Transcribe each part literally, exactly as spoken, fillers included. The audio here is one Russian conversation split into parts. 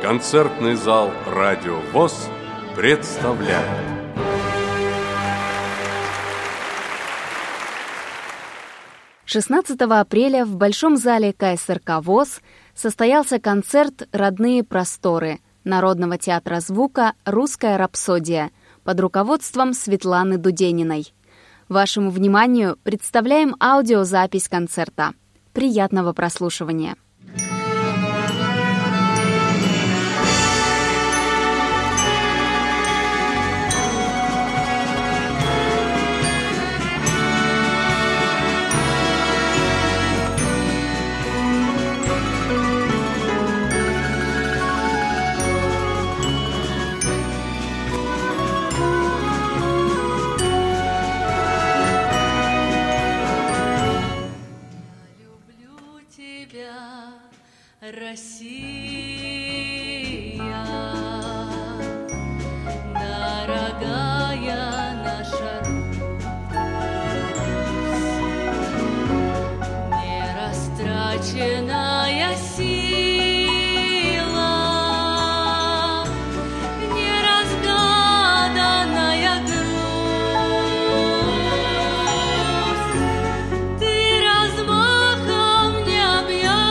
Концертный зал «Радио ВОС» представляет. шестнадцатого апреля в Большом зале ка эс эр ка ВОС состоялся концерт «Родные просторы» Народного театра звука «Русская рапсодия» под руководством Светланы Дудениной. Вашему вниманию представляем аудиозапись концерта. Приятного прослушивания! Россия, дорогая наша Русь, нерастраченная сила, неразгаданная грусть, ты размахом не объят.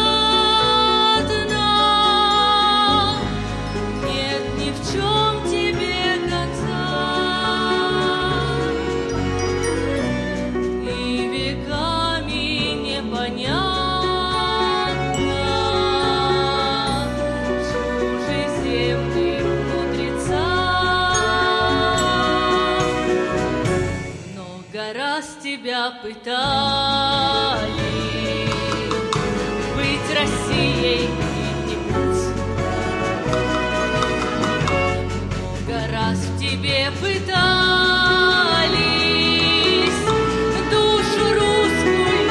Тебя пытали быть Россией не путь. Много раз в тебе пытались душу русскую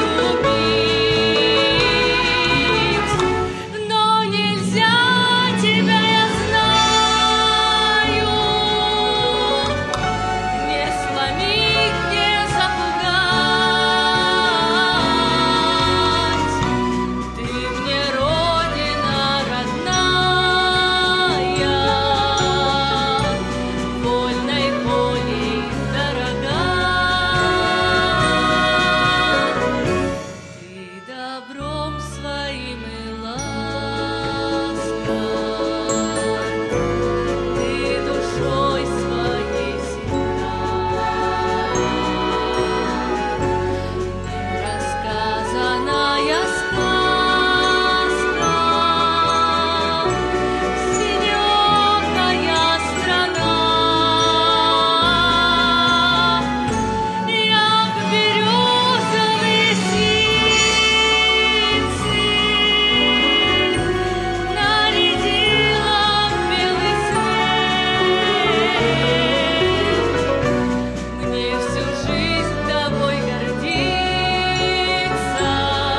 убить, но нельзя тебя, я знаю, не сломить, не запугать. Ты мне родина родная, вольной волей дорога. Ты добром своим и ласков, ты душой своей сильна. Нерассказанная сказка, синёкая страна. Як берёзовые сицы нарядила в белый свет. Мне всю жизнь тобой гордиться,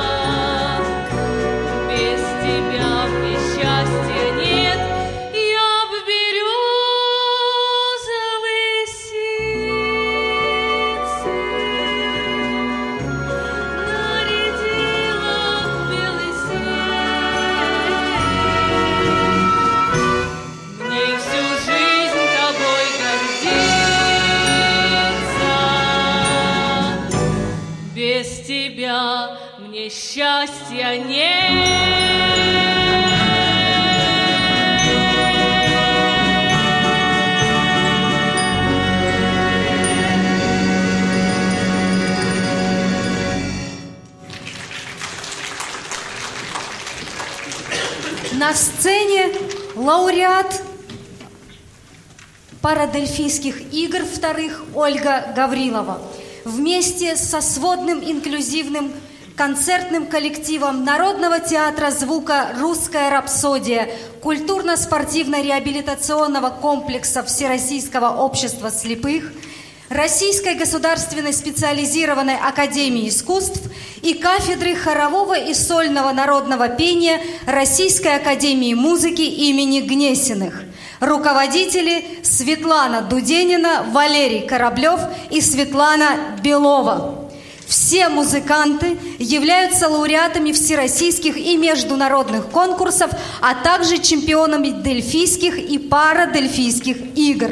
без тебя мне счастья нет. Я б берёзовые сицы нарядила в белый свет. Мне всю жизнь тобой гордиться, без тебя мне счастья нет. На сцене лауреат Парадельфийских игр вторых Ольга Гаврилова вместе со сводным инклюзивным концертным коллективом Народного театра звука «Русская рапсодия» культурно-спортивно-реабилитационного комплекса Всероссийского общества слепых, Российской государственной специализированной академии искусств и кафедры хорового и сольного народного пения Российской академии музыки имени Гнесиных. Руководители Светлана Дуденина, Валерий Кораблев и Светлана Белова. Все музыканты являются лауреатами всероссийских и международных конкурсов, а также чемпионами дельфийских и парадельфийских игр.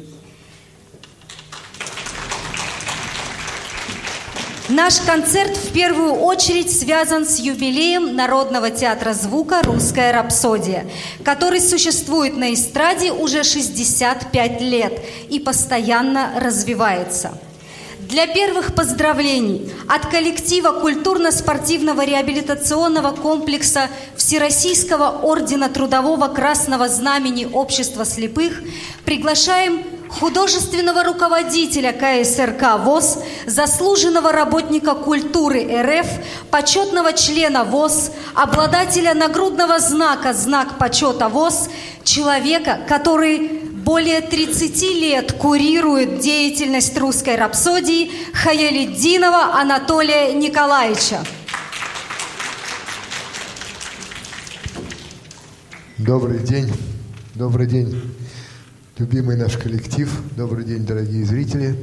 Наш концерт в первую очередь связан с юбилеем Народного театра звука «Русская рапсодия», который существует на эстраде уже шестьдесят пять лет и постоянно развивается. Для первых поздравлений от коллектива культурно-спортивного реабилитационного комплекса Всероссийского ордена Трудового Красного Знамени Общества слепых приглашаем художественного руководителя ка эс эр ка ВОС, заслуженного работника культуры эр эф, почетного члена ВОС, обладателя нагрудного знака «Знак почета ВОС», человека, который более тридцати лет курирует деятельность русской рапсодии, Хаялетдинова Анатолия Николаевича. Добрый день, добрый день, любимый наш коллектив, добрый день, дорогие зрители.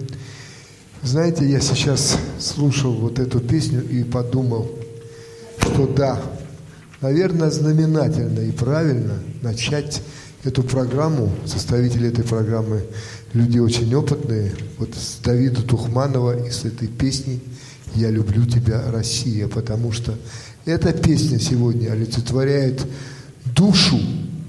Знаете, я сейчас слушал вот эту песню и подумал, что да, наверное, знаменательно и правильно начать эту программу. Составители этой программы люди очень опытные. Вот с Давида Тухманова и с этой песней «Я люблю тебя, Россия», потому что эта песня сегодня олицетворяет душу,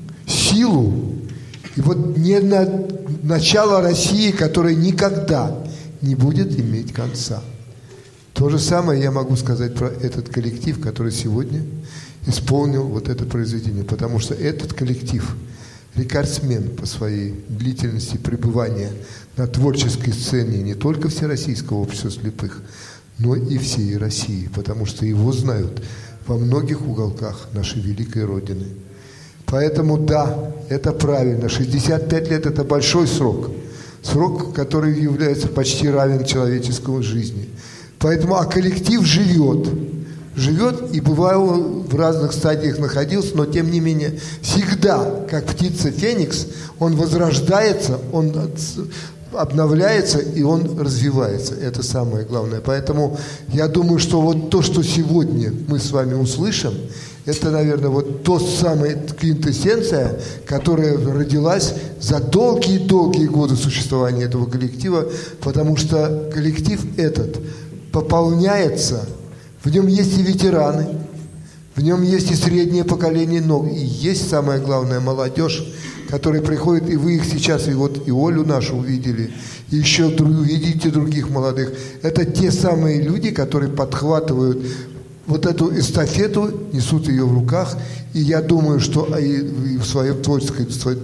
силу и вот не на начало России, которая никогда не будет иметь конца. То же самое я могу сказать про этот коллектив, который сегодня исполнил вот это произведение, потому что этот коллектив рекордсмен по своей длительности пребывания на творческой сцене не только Всероссийского общества слепых, но и всей России, потому что его знают во многих уголках нашей великой Родины. Поэтому да, это правильно. шестьдесят пять лет – это большой срок. Срок, который является почти равен человеческой жизни. Поэтому, а коллектив живет. Живет и бывало в разных стадиях находился, но тем не менее всегда, как птица Феникс, он возрождается, он обновляется и он развивается. Это самое главное. Поэтому я думаю, что вот то, что сегодня мы с вами услышим, это, наверное, вот то самая квинтэссенция, которая родилась за долгие-долгие годы существования этого коллектива, потому что коллектив этот пополняется. В нем есть и ветераны, в нем есть и среднее поколение, но и есть, самое главное, молодежь, которая приходит, и вы их сейчас, и вот и Олю нашу увидели, и еще увидите других молодых. Это те самые люди, которые подхватывают вот эту эстафету, несут ее в руках, и я думаю, что и в своем творческом,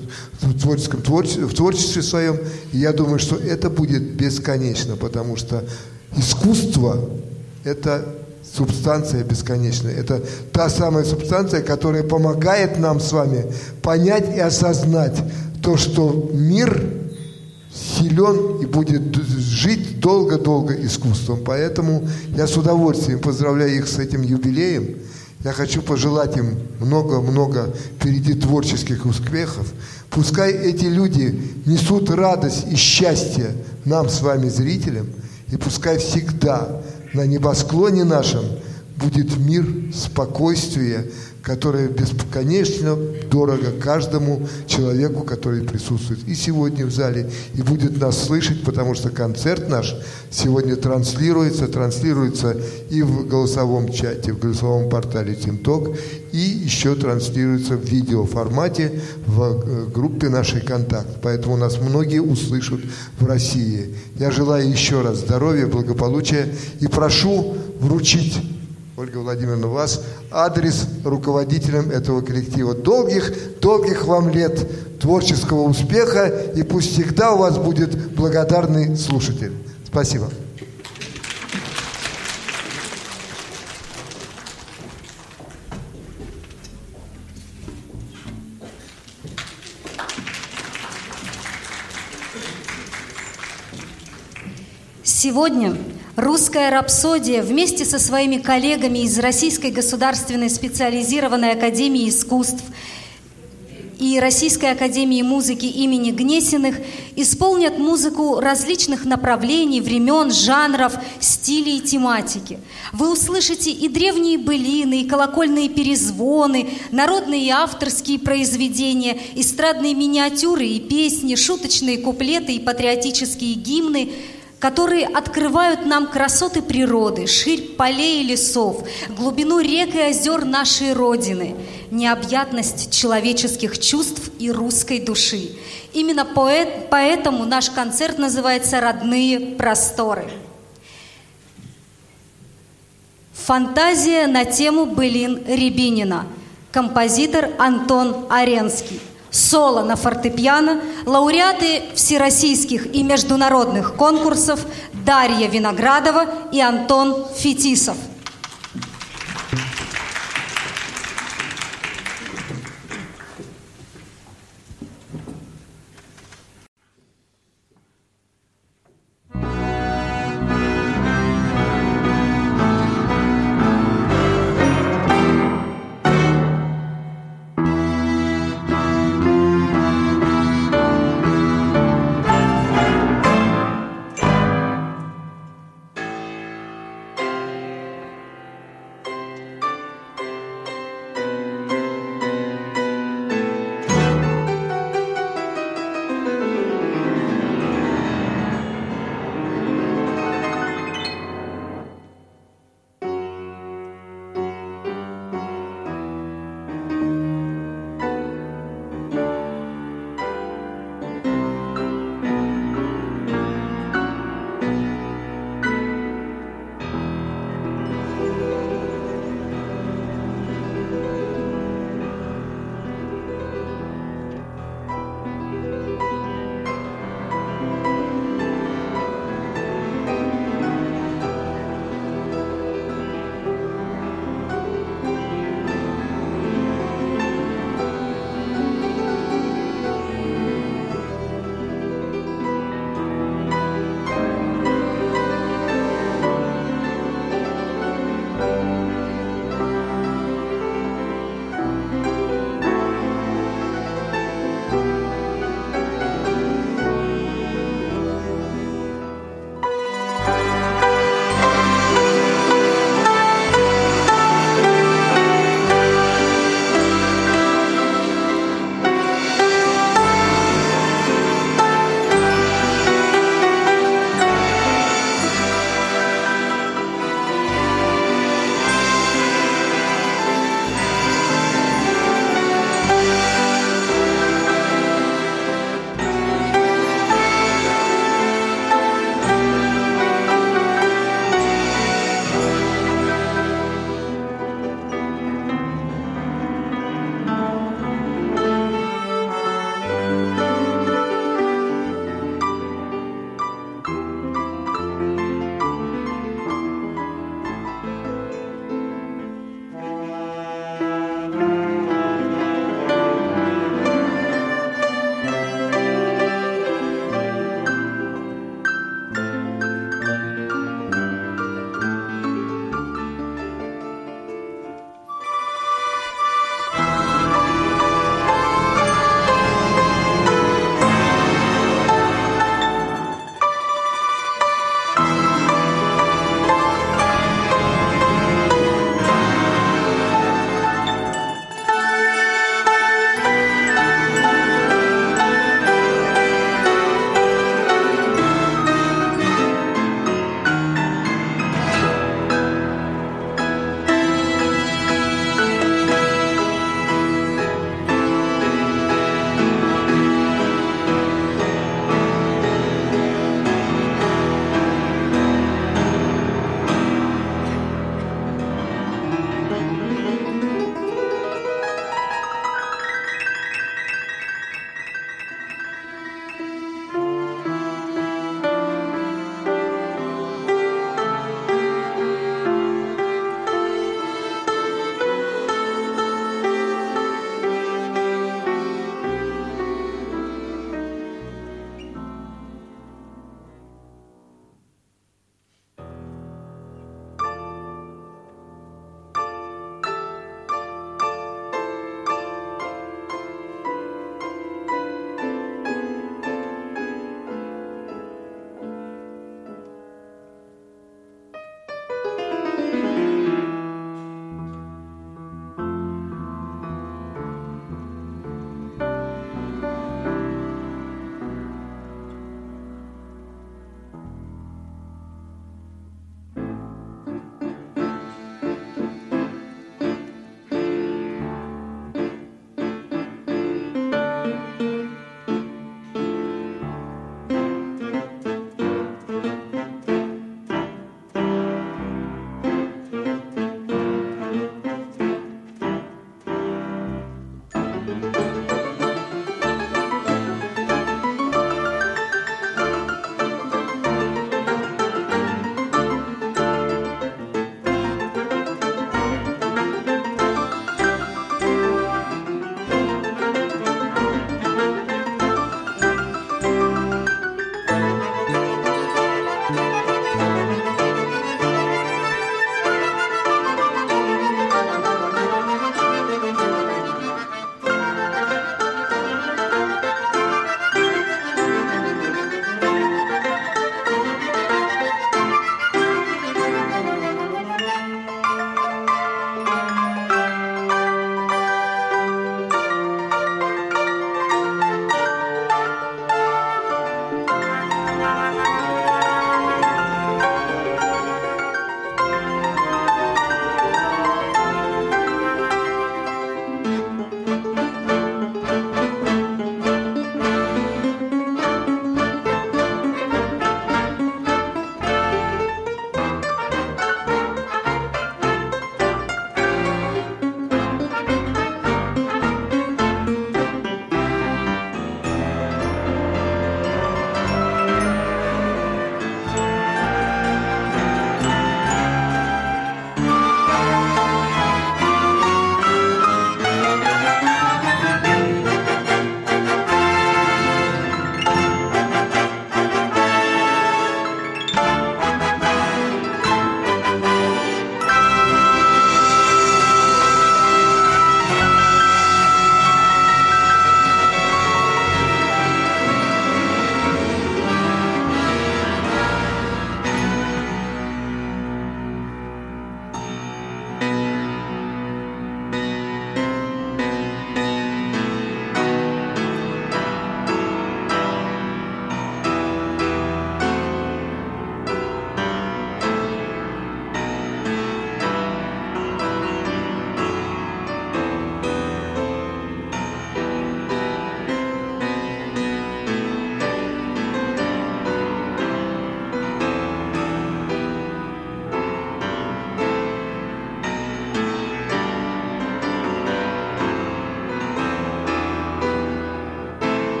в творческом в творчестве своем, и я думаю, что это будет бесконечно, потому что искусство – это субстанция бесконечная. Это та самая субстанция, которая помогает нам с вами понять и осознать то, что мир силен и будет жить долго-долго искусством. Поэтому я с удовольствием поздравляю их с этим юбилеем. Я хочу пожелать им много-много впереди творческих успехов. Пускай эти люди несут радость и счастье нам с вами, зрителям, и пускай всегда на небосклоне нашем будет мир, спокойствие, которое бесконечно дорого каждому человеку, который присутствует и сегодня в зале, и будет нас слышать, потому что концерт наш сегодня транслируется, транслируется и в голосовом чате, в голосовом портале ТимТок, и еще транслируется в видеоформате в группе нашей «Контакт». Поэтому нас многие услышат в России. Я желаю еще раз здоровья, благополучия и прошу вручить, Ольга Владимировна, вас адрес руководителям этого коллектива. Долгих, долгих вам лет творческого успеха, и пусть всегда у вас будет благодарный слушатель. Спасибо. Сегодня «Русская рапсодия» вместе со своими коллегами из Российской государственной специализированной академии искусств и Российской академии музыки имени Гнесиных исполнят музыку различных направлений, времен, жанров, стилей и тематики. Вы услышите и древние былины, и колокольные перезвоны, народные и авторские произведения, эстрадные миниатюры и песни, шуточные куплеты и патриотические гимны, которые открывают нам красоты природы, ширь полей и лесов, глубину рек и озер нашей Родины, необъятность человеческих чувств и русской души. Именно поэт, поэтому наш концерт называется «Родные просторы». Фантазия на тему былин Рябинина. Композитор Антон Аренский. Соло на фортепиано, лауреаты всероссийских и международных конкурсов Дарья Виноградова и Антон Фетисов.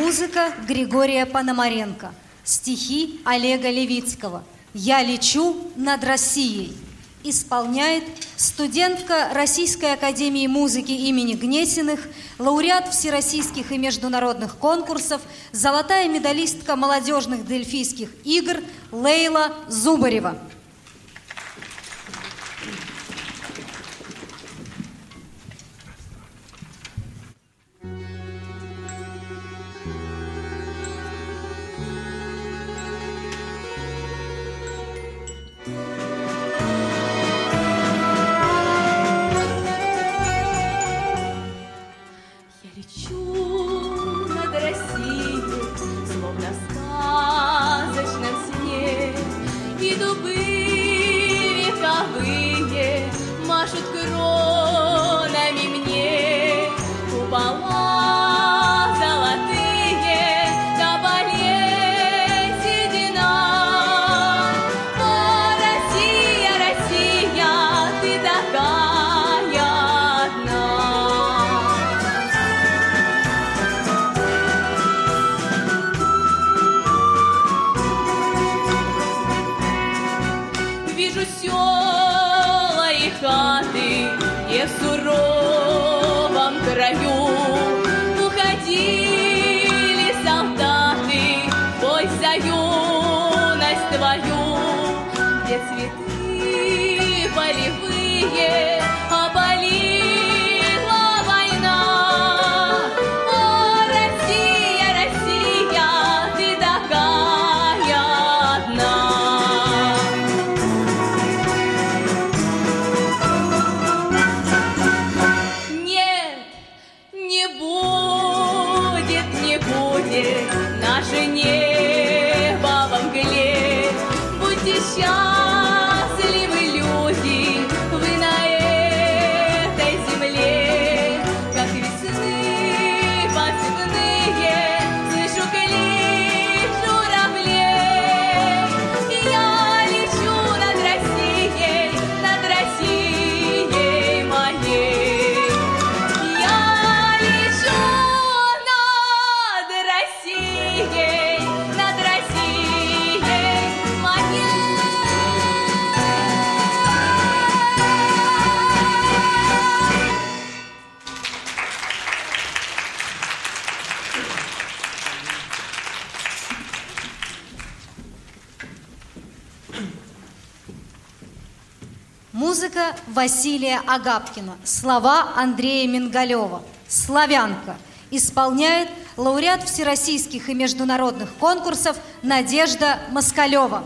Музыка Григория Пономаренко. Стихи Олега Левицкого. «Я лечу над Россией». Исполняет студентка Российской академии музыки имени Гнесиных, лауреат всероссийских и международных конкурсов, золотая медалистка молодежных дельфийских игр Лейла Зубарева. Музыка Василия Агапкина. Слова Андрея Мингалева. «Славянка». Исполняет лауреат всероссийских и международных конкурсов Надежда Москалева.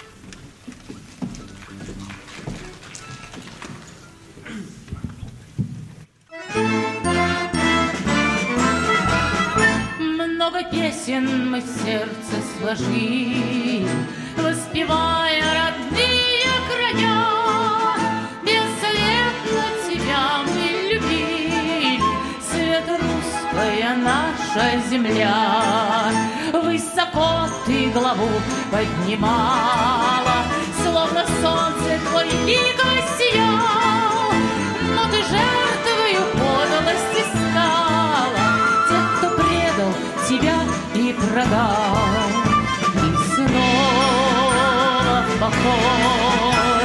Много песен мы в сердце сложили, воспевая родные края. Бесследно тебя мы любили, свет русская наша земля. Высоко ты главу поднимала, словно солнце твой лик сиял. Но ты жертвою подлости стала тех, кто предал тебя и продал. И снова в поход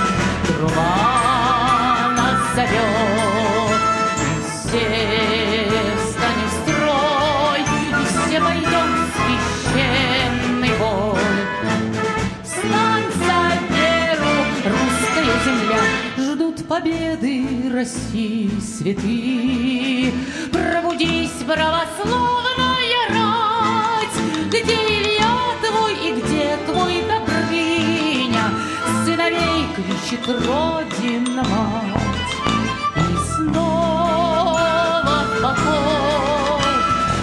труба нас зовет. И все встанем в строй, и все пойдем в священный бой. Встань за веру, русская земля, ждут победы России святые. Пробудись, православная рать, где Илья твой и где твой Добрыня? Сыновей кричит Родина мать. И снова в поход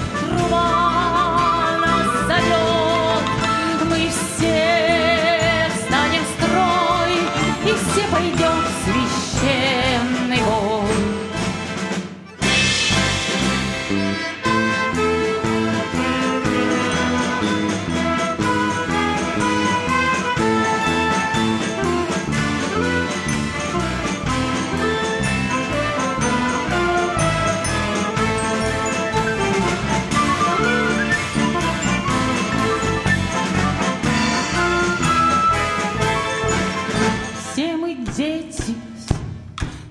труба нас зовет. Мы все встанем в строй, и все пойдем в священный бой.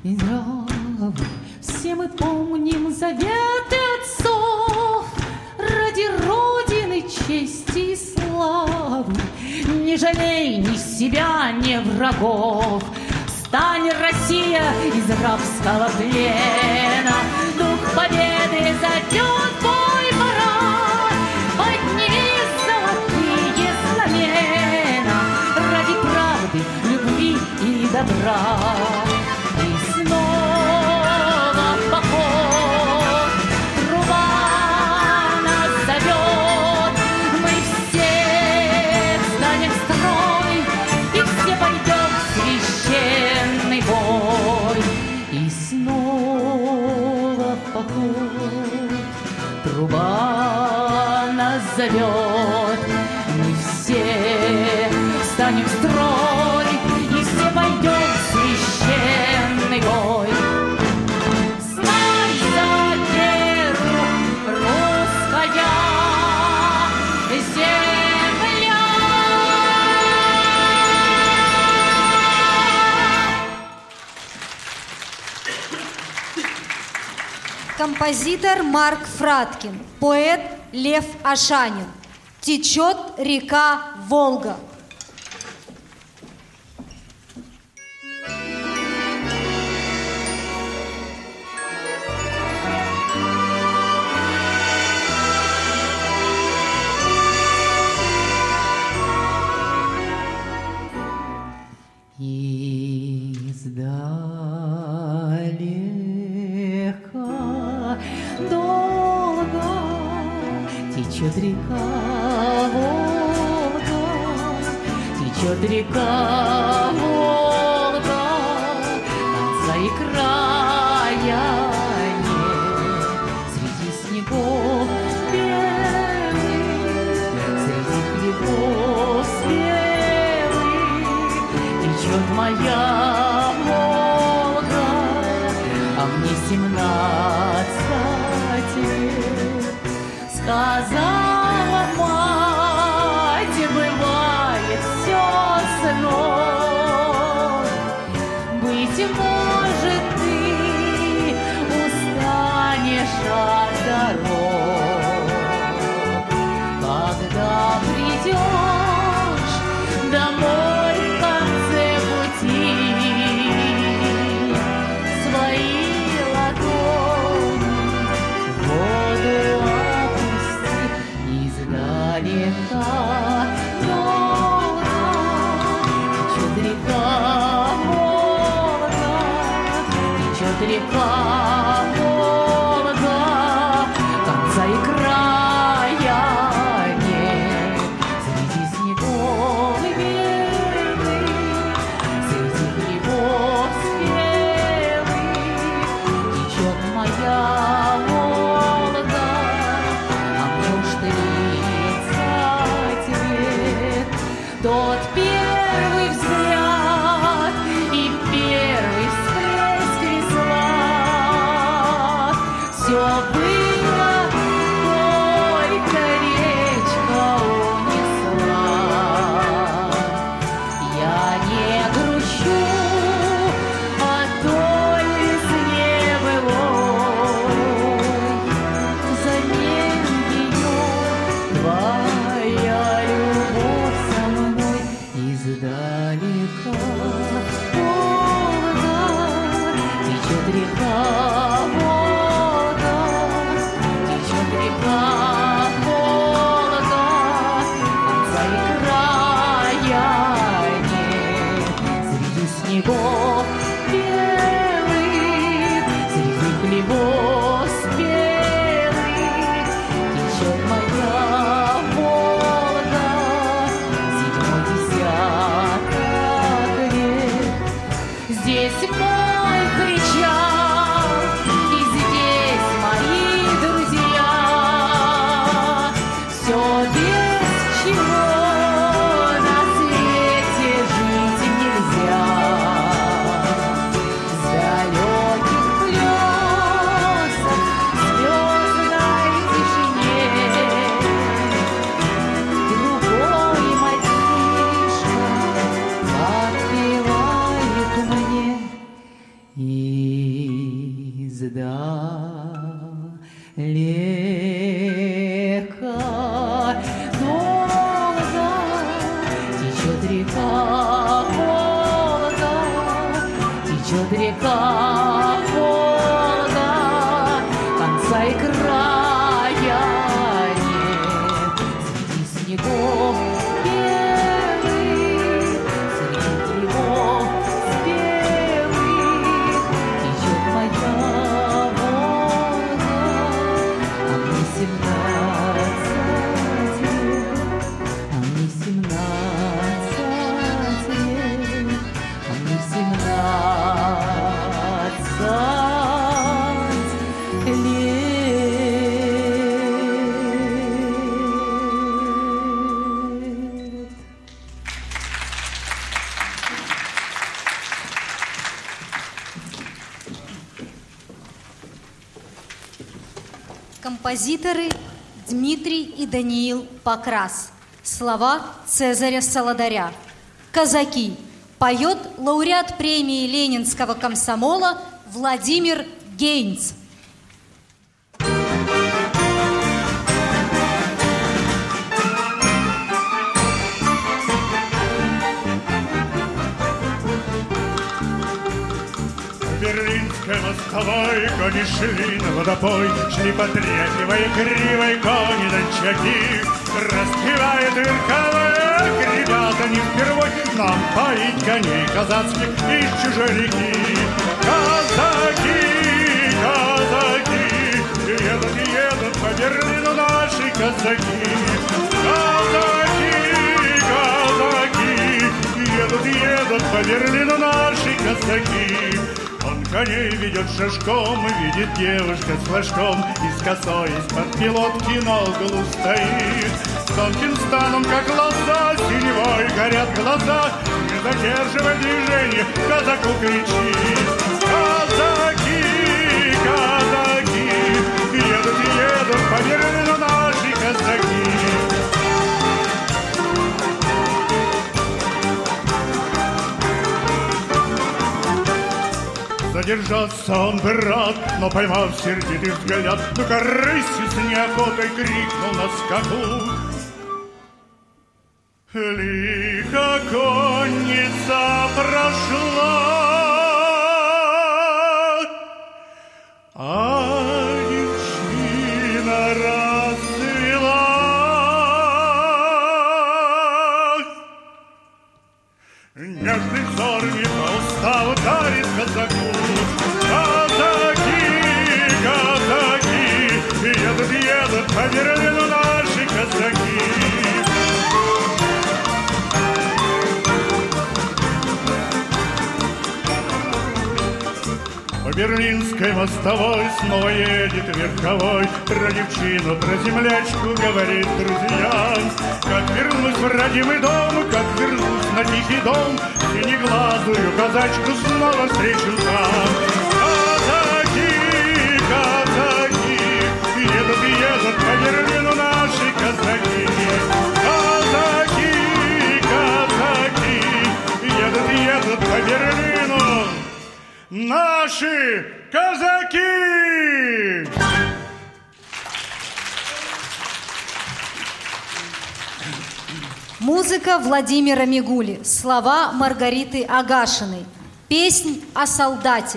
и здравы. Все мы помним заветы отцов ради Родины, чести и славы. Не жалей ни себя, ни врагов. Стань, Россия, из рабского плена. Дух победы зайдет бой пора. Подними золотые знамена ради правды, любви и добра. И снова в поход труба нас зовет. Мы все встанем в строй и все пойдем в священный бой. И снова в поход труба нас зовет. Мы все встанем в строй и все пойдем в священный бой. Знай за веру, русская земля. Композитор Марк Фраткин, поэт Лев Ашанин. «Течет река Волга». Издалека долго течет река Волга, течет река Волга, конца и края нет. Среди снегов белых, среди хлебов спелых течет моя Волга, а мне семнадцать лет. Сказала мать, бывает все снов. Быть может, ты устанешь от дорог, когда придешь домой в конце пути. Свои ладони в воду опусти. Издалека долго течет река Волга, течет река Волга, конца и края нет. Среди снегов белых, среди хлебов спелых течет моя Волга, а мне уж тридцать лет. Тот первый взгляд и первый всплеск весла, все было, только речка унесла. Я не грущу о той весне былой, взамен ее твоя любовь со мной. Издалека Волга, течет река Волга, течет река Волга, конца и края нет. Среди снегов белых, среди хлебов спелых течет моя Волга, седьмой десяток лет. Здесь мой причал, и здесь мои друзья. Все без чего на свете жить нельзя. С далеких плесов, звездной тишине другой мальчишка подпевает мне. И издалека. Долго течет река Волга, течет река Волга, конца и края нет. Среди снегов белых, среди тревог белых течет моя Волга, а мне семнадцать лет, а мне семнадцать лет, а мне семнадцать лет. Композиторы Дмитрий и Даниил Покрас. Слова Цезаря Солодаря. «Казаки». Поет лауреат премии Ленинского комсомола Владимир Гейнц. Берлинской мостовой кони шли на водопой, шли потряхивая кривой кони дончаки. Распевает верховых, ребята не впервой нам поить коней казацких из чужой реки. Казаки, казаки, едут, едут по Берлину наши казаки. Казаки, казаки, едут, едут по Берлину наши казаки. Он коней ведет шашком, видит девушка с флажком, и с косой из-под пилотки на углу стоит. С тонким станом, как лоза, синевой горят глаза, не задерживая движение, казаку кричит. Казаки, казаки, едут, едут по Берлину наши казаки. Задержаться он бы рад, но поймав сердитый взгляд, ну-ка рысью с неохотой крикнул на скаку. Лихо конница прошла, а девчина расцвела. Нежный взор не по уставу дарит казаку. Казаки, казаки, едут, едут по Берлину наши казаки. По Берлинской мостовой снова едет верховой, про девчину, про землячку говорит друзьям. Как вернусь в родимый дом, как вернусь на тихий дом, синеглазую казачку снова встречу там. Казаки, казаки, едут, едут по Берлину наши казаки. Казаки, казаки, едут, едут по Берлину наши казаки! Музыка Владимира Мигули. Слова Маргариты Агашиной. Песнь о солдате.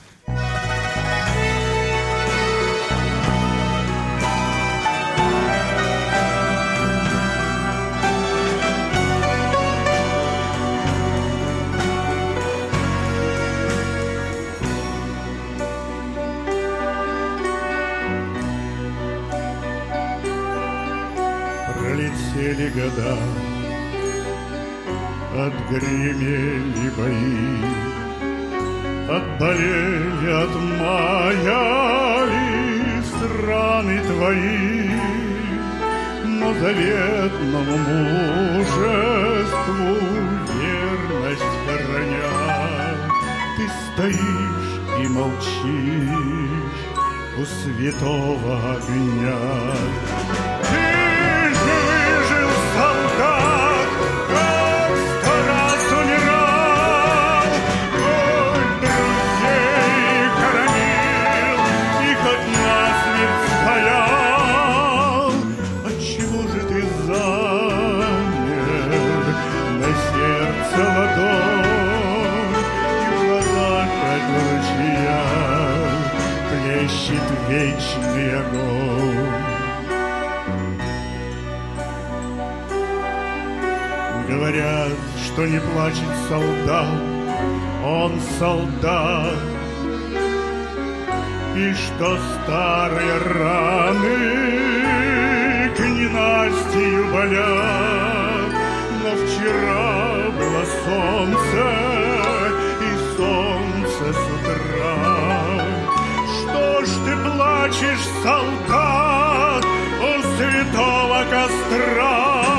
Пролетели года, отгремели бои, отболели, отмаяли страны твои, но заветному мужеству верность храня, ты стоишь и молчишь у святого огня. Солдат, как сто раз умирал, хоть друзей хоронил, ручья плещет вечный огонь. Говорят, что не плачет солдат, он солдат, и что старые раны к ненастью болят. Но вчера было солнце, и солнце с утра. Что ж ты плачешь, солдат, у святого костра?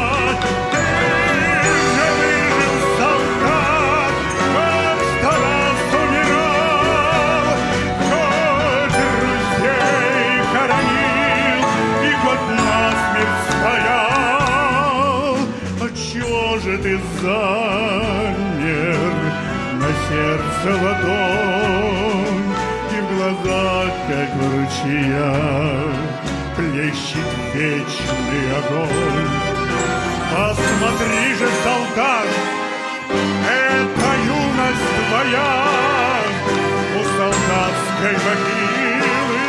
Ты замер, на сердце ладонь, и в глазах, как в ручьях, плещет вечный огонь. Посмотри же, солдат, это юность твоя, у солдатской могилы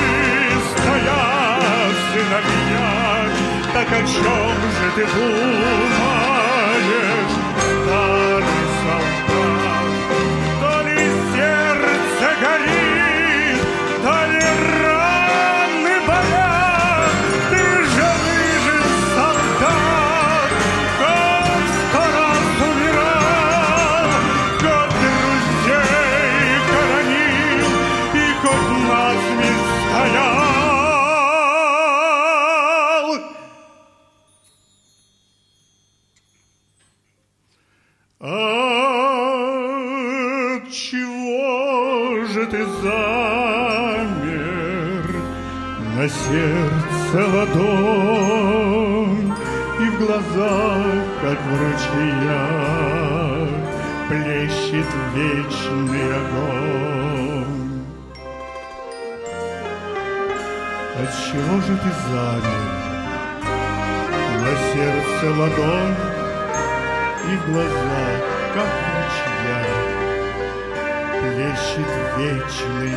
стоят сыновья. Так о чем же ты думаешь, старый солдат? То ли сердце горит, то ли раны болят. Ты же выжил, солдат, как сто раз умирал, как друзей хоронил и хоть насмерть стоял. Отчего же ты замер, на сердце ладонь, и в глазах, как в ручьях, плещет вечный огонь? Отчего же ты замер, на сердце ладонь, и в глазах, как в ручьях, плещет вечный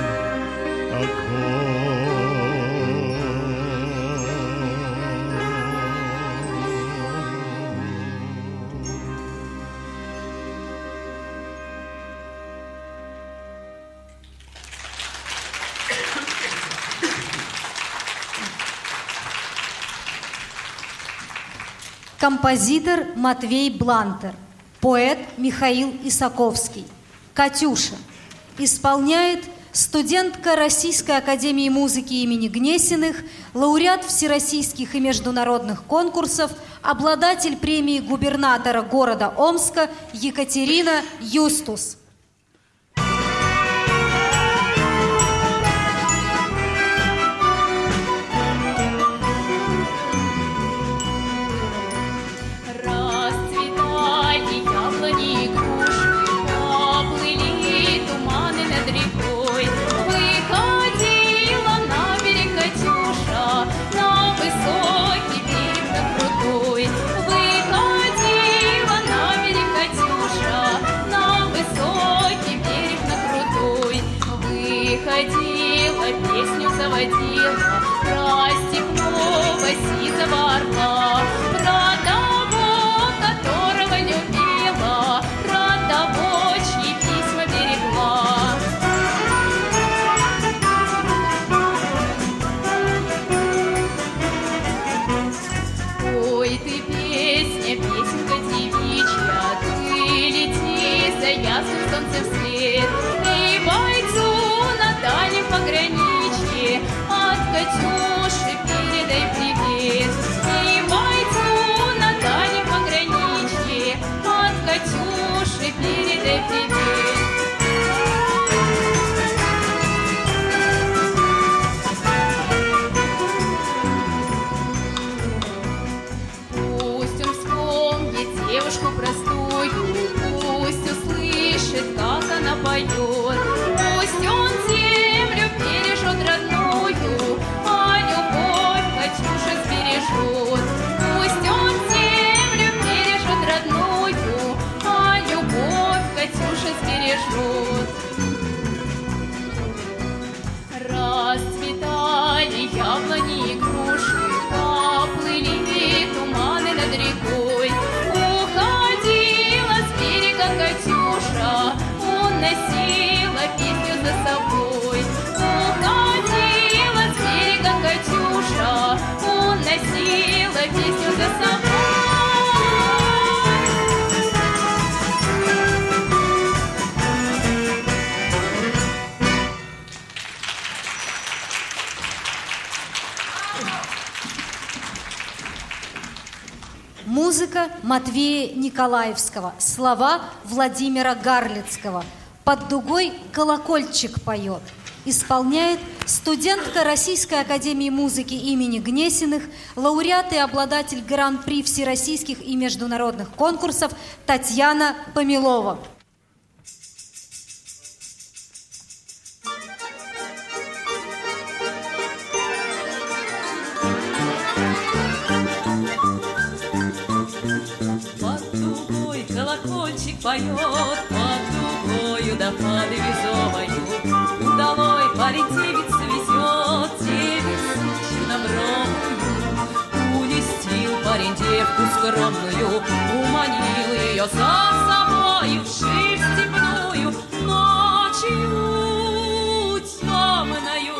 огонь? Композитор Матвей Блантер, поэт Михаил Исаковский. «Катюша» исполняет студентка Российской академии музыки имени Гнесиных, лауреат всероссийских и международных конкурсов, обладатель премии губернатора города Омска Екатерина Юстус. Песню заводила про степного сизого орла, про того, которого любила, про того, чьи письма берегла. Ой, ты песня, песенка девичья, ты лети за ясным солнцем вслед, и бойцу на дальнем пограничье от Катюши передай привет. И бойцу Поляне яблони и груши, поплыли туманы над рекой. Уходила с берега Катюша, уносила песню за собой. Уходила с берега Катюша, уносила песню за собой. Музыка Матвея Николаевского, слова Владимира Гарлицкого. Под дугой колокольчик поет. Исполняет студентка Российской академии музыки имени Гнесиных, лауреат и обладатель гран-при всероссийских и международных конкурсов Татьяна Помилова. Колокольчик поет под дугою да под весомою. Долой парень девица везет, девица чернобровую. Унестил парень девку скромную, уманил ее за собою в ширь степную, ночью темною.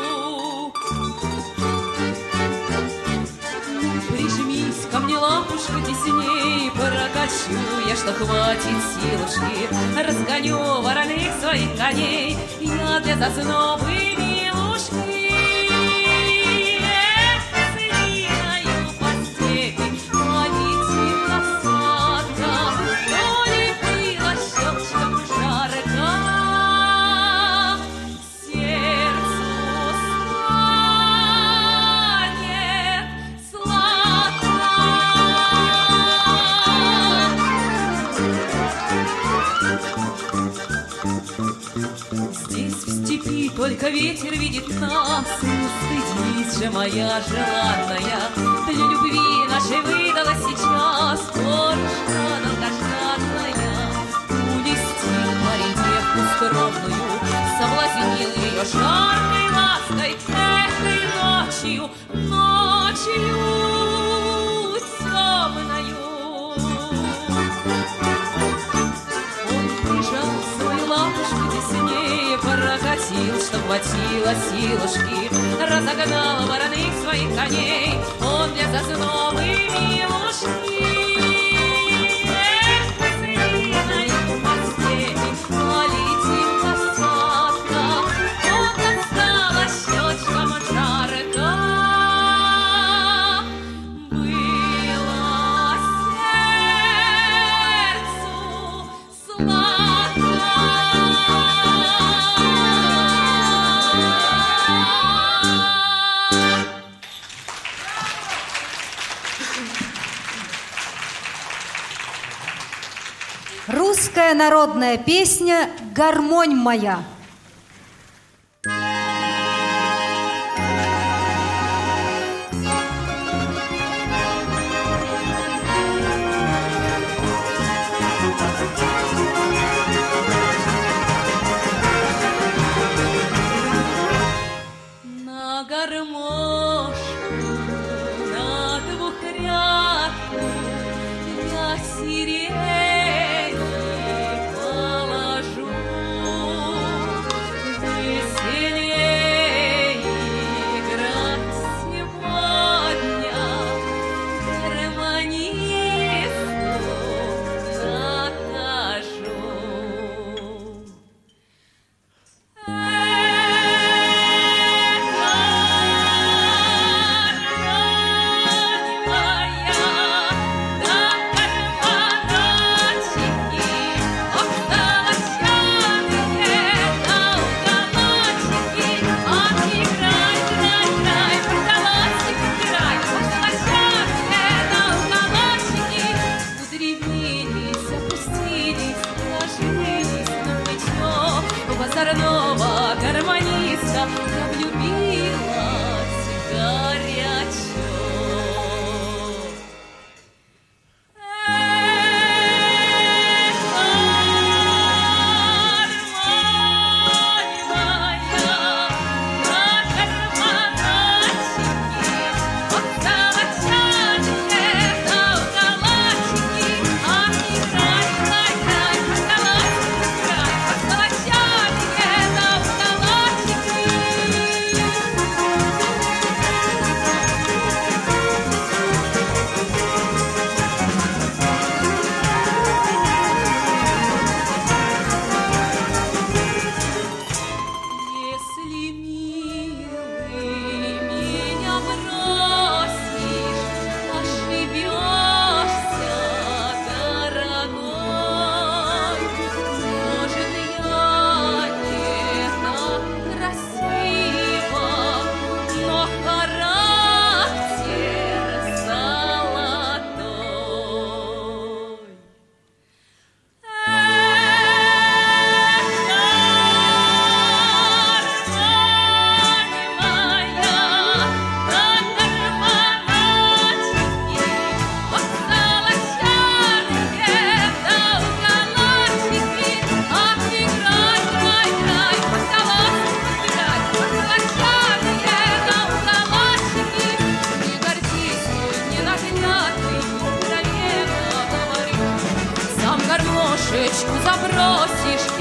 Прижмись ко мне, лапушка, тесней, прокачу я, что хватит силушки. Разгоню вороных своих коней я для зазнобы милушки. Эх, звериною по степи ходите касатка, то ли было щелчком жарко сердцу станет сладко. Здесь в степи только ветер видит нас, не стыдись же, моя желанная, для любви нашей выдалась сейчас горышка долгожданная. Унестил парень девку скромную, соблазнил ее жаркой лаской, этой ночью, ночью темною. Он прижал свою лапушку теснее, прокатил, что хватило силушки, разогнал вороных своих коней он для зазнобы милушки. Эх, звериною по степи полетит касатка, вот достала щечком жарко. Было сердцу сладко. Русская народная песня «Гармонь моя». На гармошку, на двухрядку я сирень положу.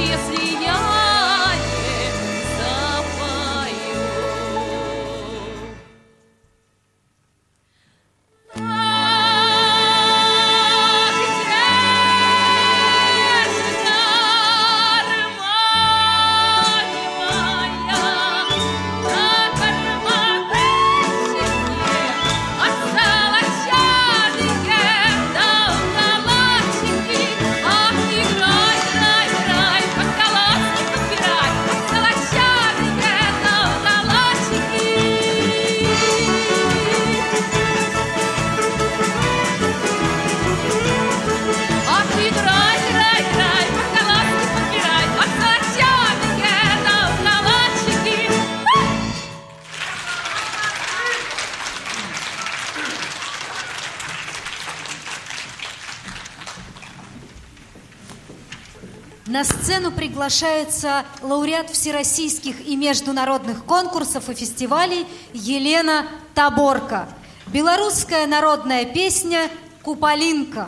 если я не запою. На сцену приглашается лауреат всероссийских и международных конкурсов и фестивалей Елена Таборко. Белорусская народная песня «Куполинка».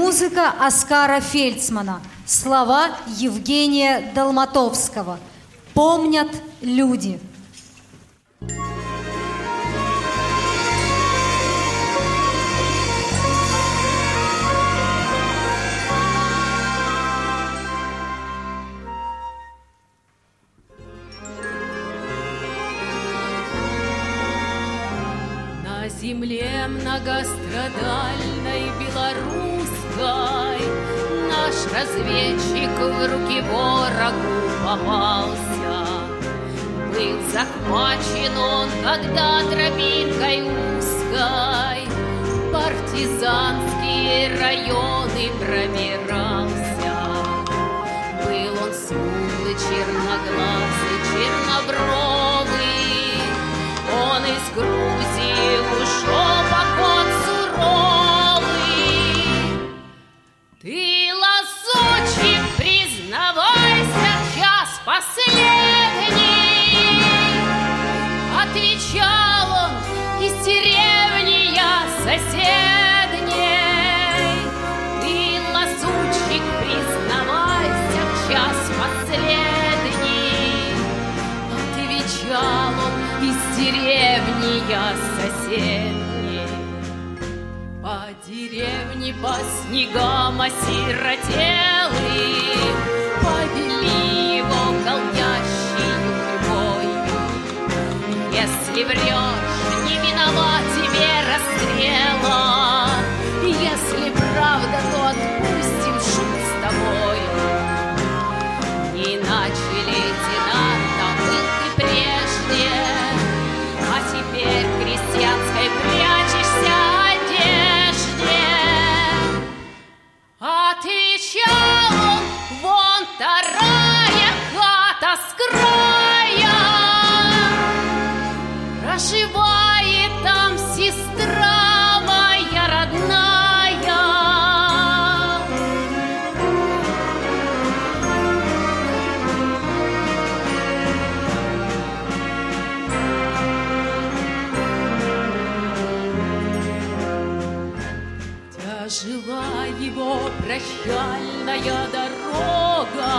Музыка Оскара Фельдсмана. Слова Евгения Долматовского. помнят люди. На земле многострадальной белорусской наш разведчик в руки ворогу попался. Был захвачен он, когда тропинкой узкой партизанские районы пробирался. Был он смуглый, черноглазый, чернобровый, он из Грузии ушел поход суровый. Ты, лазутчик, признавайся, час последний. Отвечал он из деревни я соседней. Ты, лазутчик, признавайся, в час последний. Отвечал он из деревни я соседней. По деревне, по снегам осиротелый повели его голдящей тьмою. Если врешь, не миновать тебе расстрела. Если правда, то отпустим шут с тобою. Не иначе лейтенантом был ты прежде, а теперь в крестьянской прячешься одежде. Отвечал он, вон вторая хата с края, проживает там сестра моя родная. Тяжела его прощальная дорога,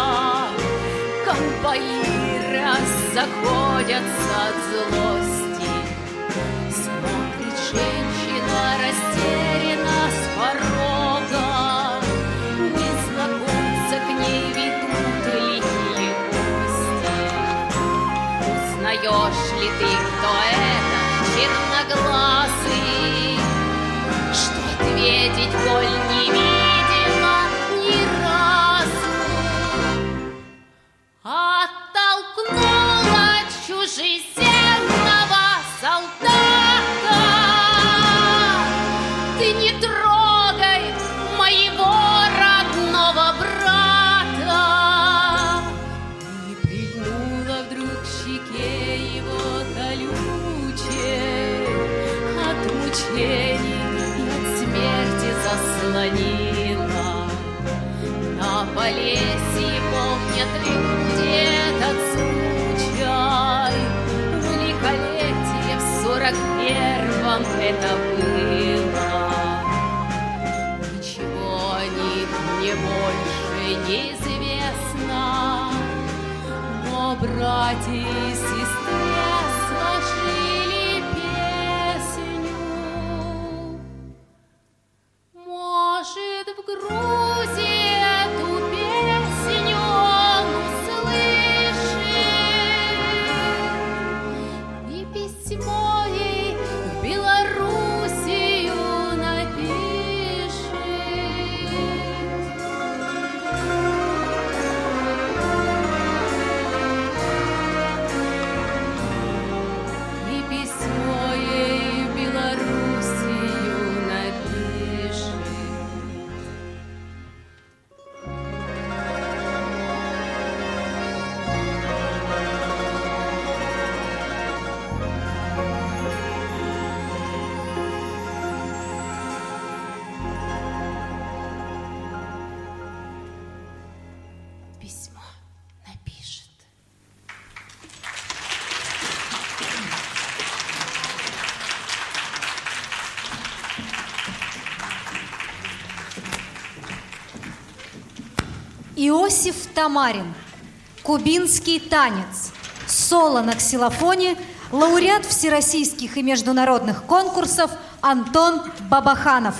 конвоиры заходятся от злости. Смотрит женщина растерянно с порога, незнакомца к ней ведут лихие гости. Узнаешь ли ты, кто это, черноглазый? Что ответить, коль не видела ни разу? Оттолкнула чужеземного солдата. Ты не трогай моего родного брата. И прильнула вдруг к щеке его колючей, от мучений и от смерти заслонила. На Полесье помнят люди этот случай. В лихолетие в сорок первом это было. Ничего о них мне больше неизвестно, но братья и сестры сложили песню. Может, в Грузии эту песню он услышит и письмо ей в Белоруссию напишет. И письмо ей в Белоруссию напишет. Письмо напишет. Иосиф Тамарин. Кубинский танец. Соло на ксилофоне. Лауреат всероссийских и международных конкурсов Антон Бабаханов.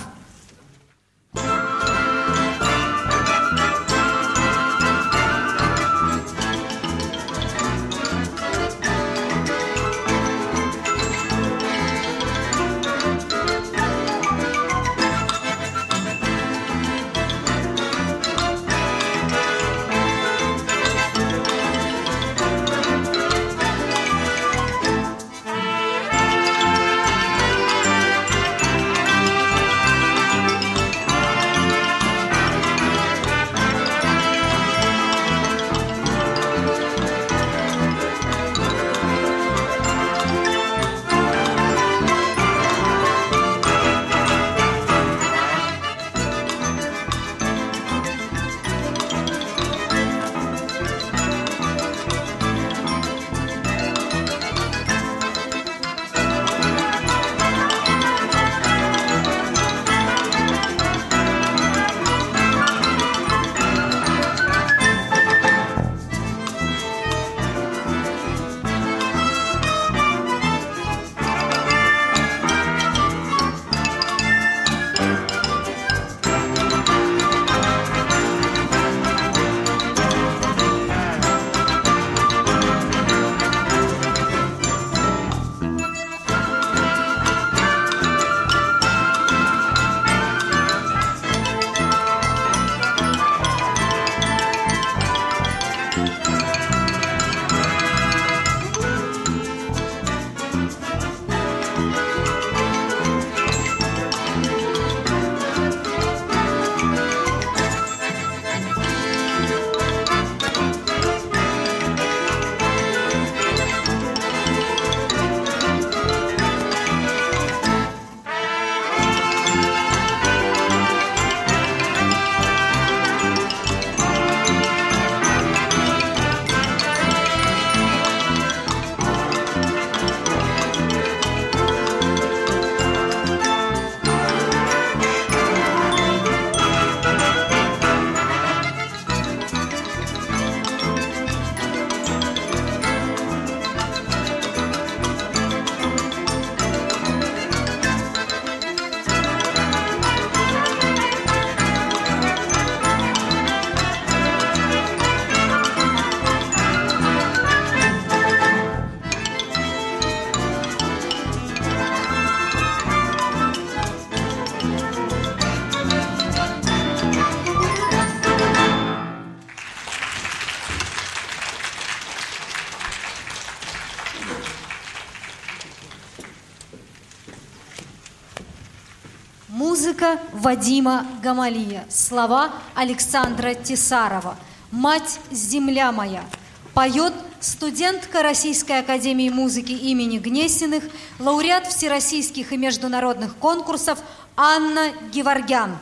Музыка Вадима Гамалия. Слова Александра Тесарова. «Мать, земля моя». Поет студентка Российской академии музыки имени Гнесиных, лауреат всероссийских и международных конкурсов Анна Геворгян.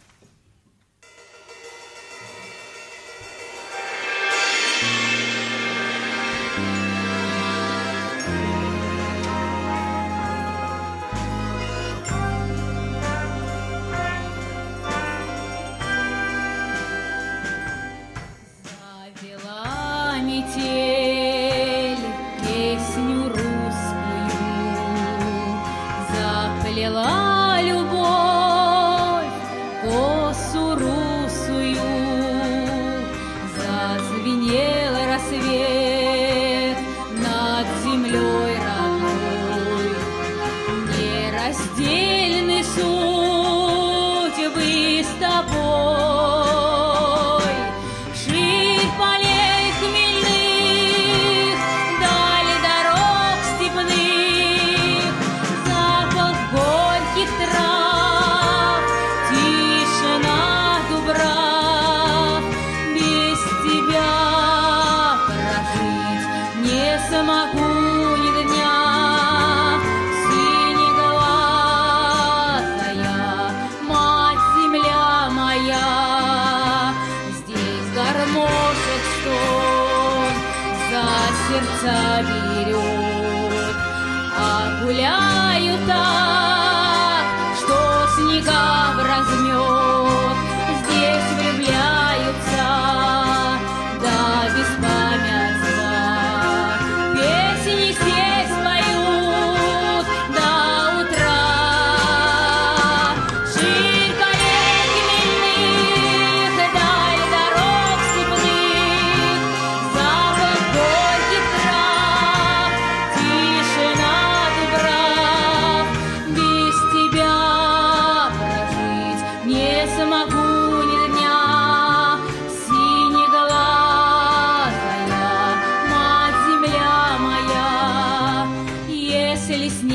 сердца берет, а гуляю так, что снега вразмет. Здесь влюбляются, да без памяти.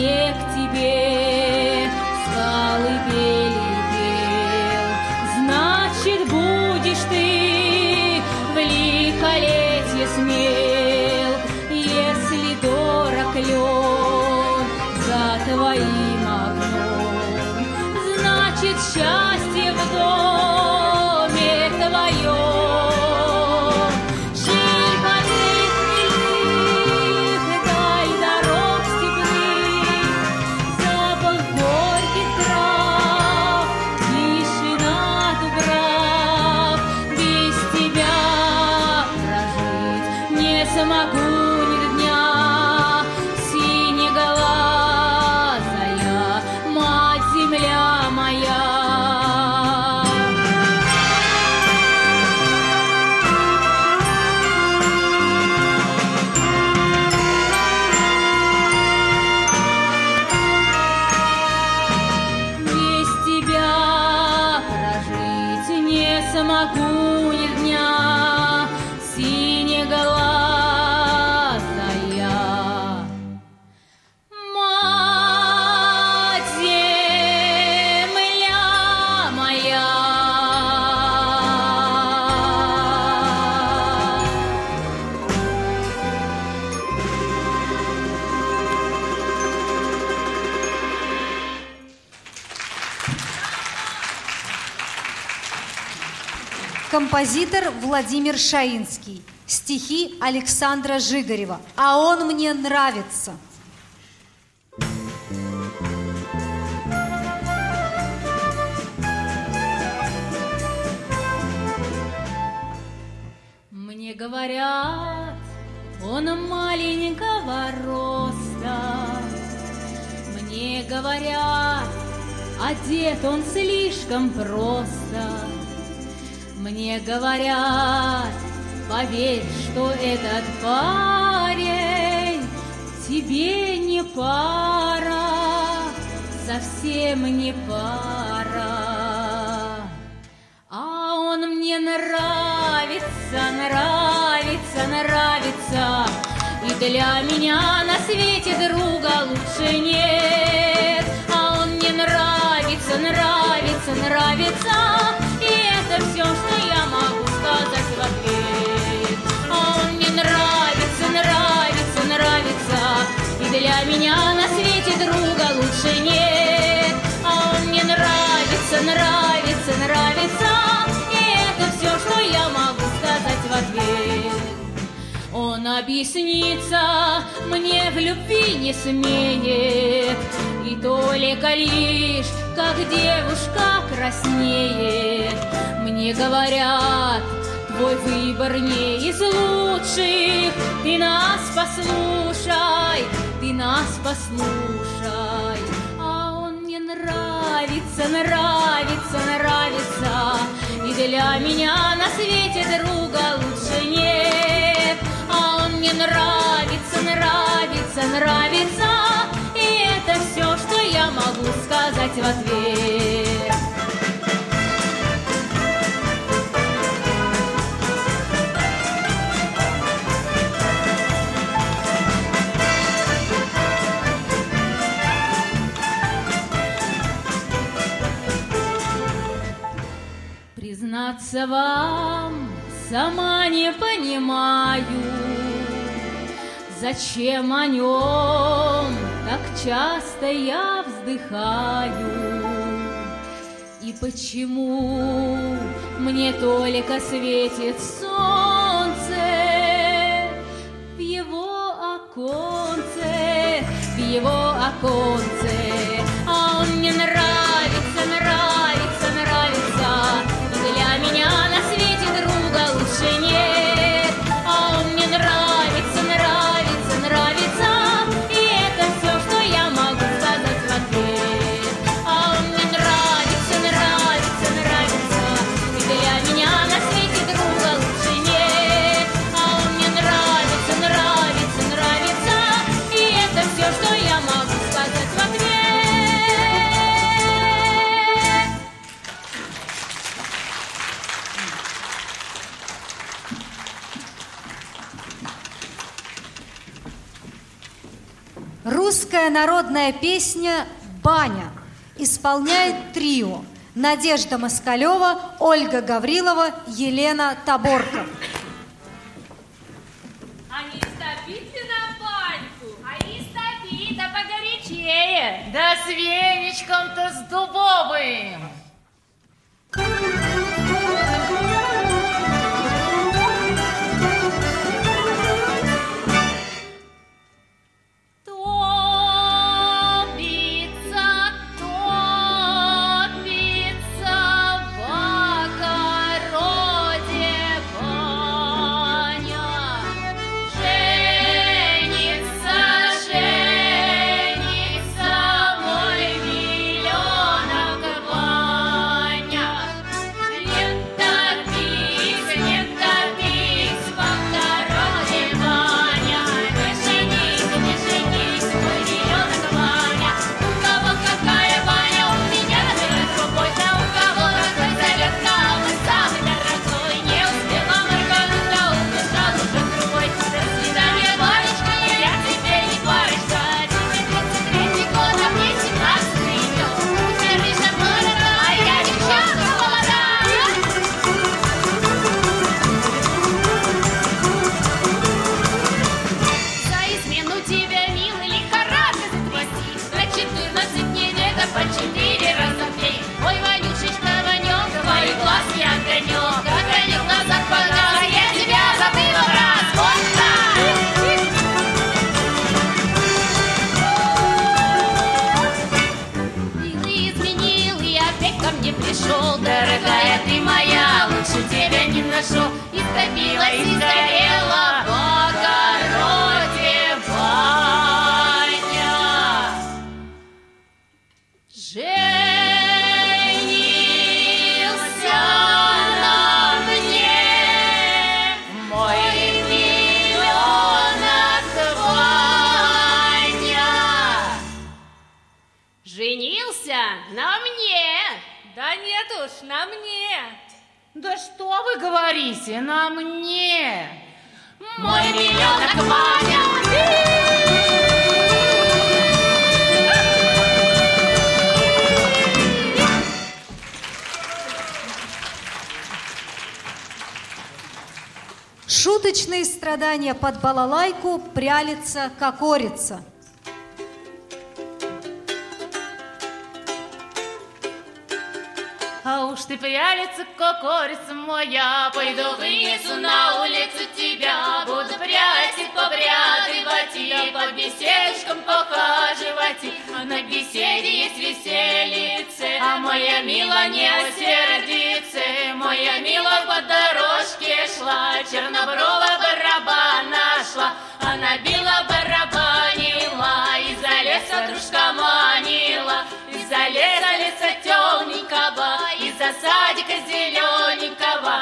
снег тебе с колыбели пел, значит, будешь ты в лихолетье смел. Если дорог лен за твоим окном, значит, счастье в доме твоем. Композитор Владимир Шаинский. Стихи Александра Жигарева. А он мне нравится. Мне говорят, он маленького роста. Мне говорят, одет он слишком просто. Мне говорят, поверь, что этот парень тебе не пара, совсем не пара. А он мне нравится, нравится, нравится, и для меня на свете друга лучше нет. А он мне нравится, нравится, нравится, это все, что я могу сказать в ответ. А он мне нравится, нравится, нравится, и для меня на свете друга лучше нет. А он мне нравится, нравится, нравится, и это все, что я могу сказать в ответ. Он объясниться мне в любви не смеет, и только лишь, как девушка краснеет. Мне говорят, твой выбор не из лучших, ты нас послушай, ты нас послушай. А он мне нравится, нравится, нравится, и для меня на свете друга лучше нет. А он мне нравится, нравится, нравится, и это все, что я могу сказать в ответ. Признаться вам, сама не понимаю, зачем о нем так часто я вздыхаю, и почему мне только светит солнце в его оконце, в его оконце. А он мне нравится, нравится, нравится, для меня на свете друга лучше нет. А он мне нравится, нравится, нравится, и это все, что я могу сказать в ответ. А он мне нравится, нравится, нравится, и для меня на свете друга лучше нет. А он мне нравится, нравится, нравится, и это все, что я могу сказать в ответ. Русская народная песня «Баня» исполняет трио: Надежда Москалева, Ольга Гаврилова, Елена Таборко. А не стопите на баньку? А не стопит, а погорячее. Да с веничком-то с дубовым. Истопилась и сгорела в огороде баня. Женился на мне мой миллионок Ваня. Женился на мне? Да нет уж, на мне. Да что вы говорите, на мне? Мой миллионок Ваня! Шуточные страдания под балалайку прялится кокорица. А уж ты прялится, кокорица моя, пойду вынесу на улицу тебя, буду прятать, побрядывать и по беседушкам похаживать. А на беседе есть весельице, а моя мила не осердится. Моя мила по дорожке шла, черноброва бараба нашла. Она била, барабанила, и за леса дружка манила, и за леса леса темненького, и за садика зелененького.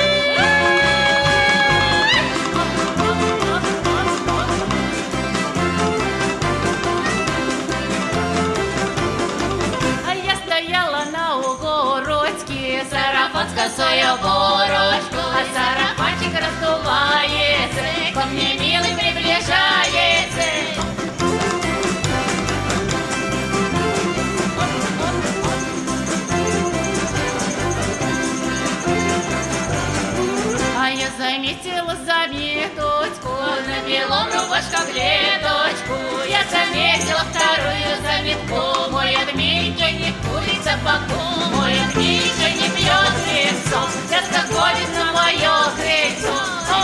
А я стояла на угорочке, сарафан с косою борочку, а сарафанчик раздувается, ко мне милый приближается. А я заметила заметочку, на белом рубашках леточку. Я заметила вторую заметку, мой Админка не курит табаку, мой Админка не пьет винцо, часто ходит на мое крыльцо.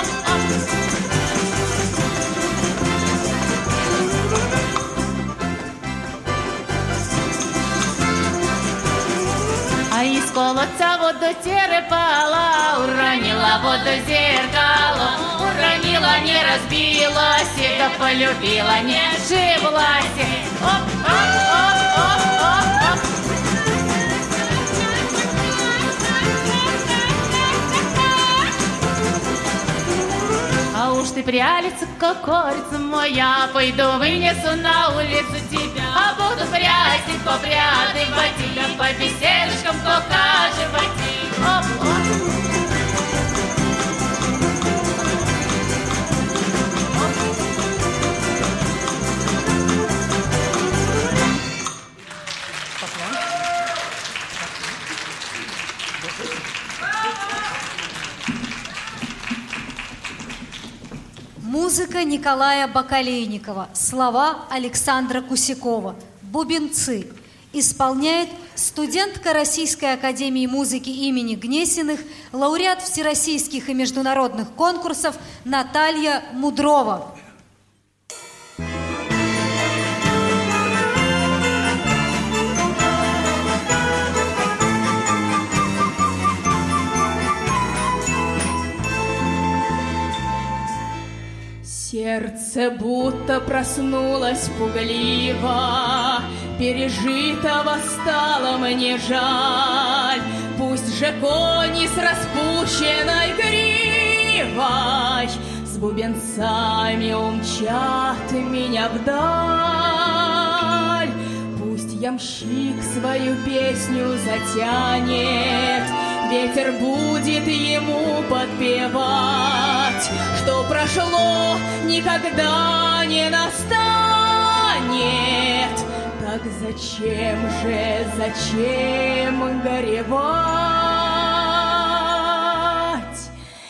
А из колодца воду черпала, уронила воду зеркало, уронила, не разбилась, да полюбила, не ошиблась. Оп, оп, оп, оп, оп, оп. А уж ты прялится, кокорица моя, пойду вынесу на улицу тебя, а буду прятать, попрятывать, да по беседушкам похаживать. Оп, оп. Музыка Николая Бакалейникова, слова Александра Кусякова, бубенцы. Исполняет студентка Российской академии музыки имени Гнесиных, лауреат всероссийских и международных конкурсов Наталья Мудрова. Сердце будто проснулось пугливо, пережитого стало мне жаль. Пусть же кони с распущенной гривой с бубенцами умчат меня вдаль. Пусть ямщик свою песню затянет, ветер будет ему подпевать, что прошло, никогда не настанет. Так зачем же, зачем горевать?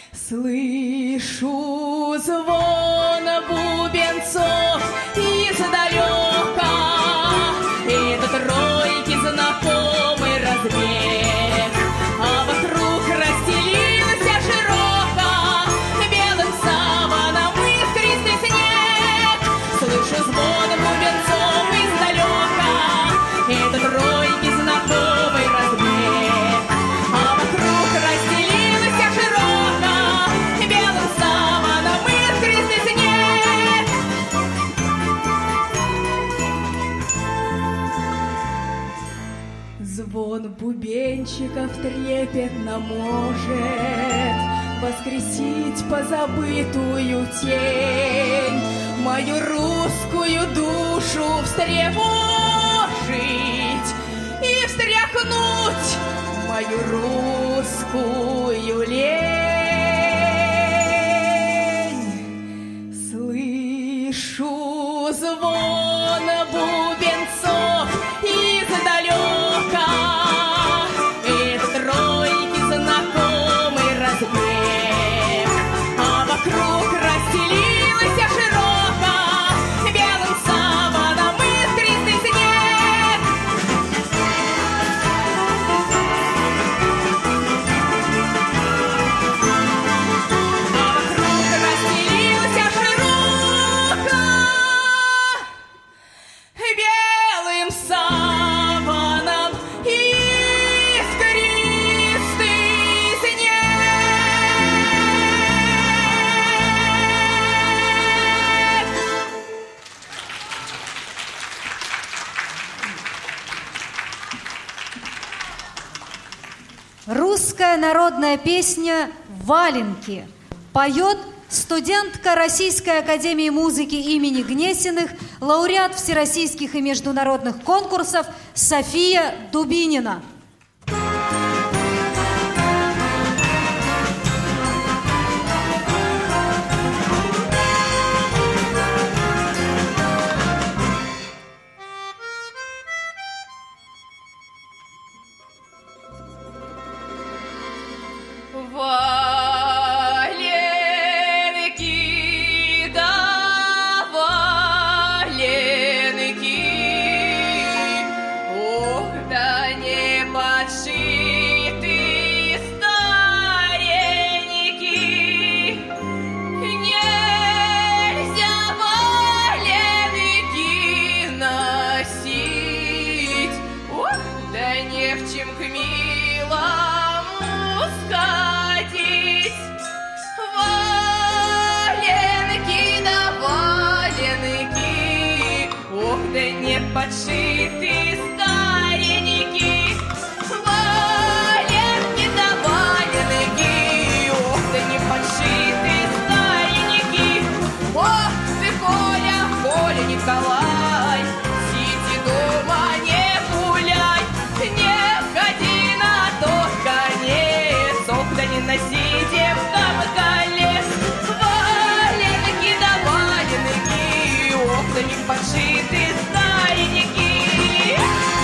Слышу звон бубенцов издалека, это тройки знакомый разбег, а вокруг расстелился широко белым саваном искристый снег. Слышу звон бубенцов издалека, это тройки знакомый разбег, а вокруг расстелился широко белым саваном искристый снег. Звон бубенчиков трепетно может воскресить позабытую тень, мою русскую душу встревожить и встряхнуть мою русскую лень. Слышу звон бубенцов издалека, это тройки знакомый разбег, а вокруг расстелился широко белым саваном искристый снег. А вокруг расстелился широко белым саваном искристый снег. Русская народная песня «Валенки» поет студентка Российской академии музыки имени Гнесиных, лауреат всероссийских и международных конкурсов София Дубинина. Валенки, да валенки, ох, да не подшиты старенькие. Нельзя валенки носить, ох, да не в чем к милому сходить. Валенки, да валенки, ох, да не подшиты старенькие. Валенки, да валенки, ох, да не подшиты старенькие. Ох ты, Коля, Коля Николай, сиди дома, не гуляй, не ходи на тот конец, ох, да не носи девкам колец. Валенки, да валенки, ох, да не подшиты старенькие.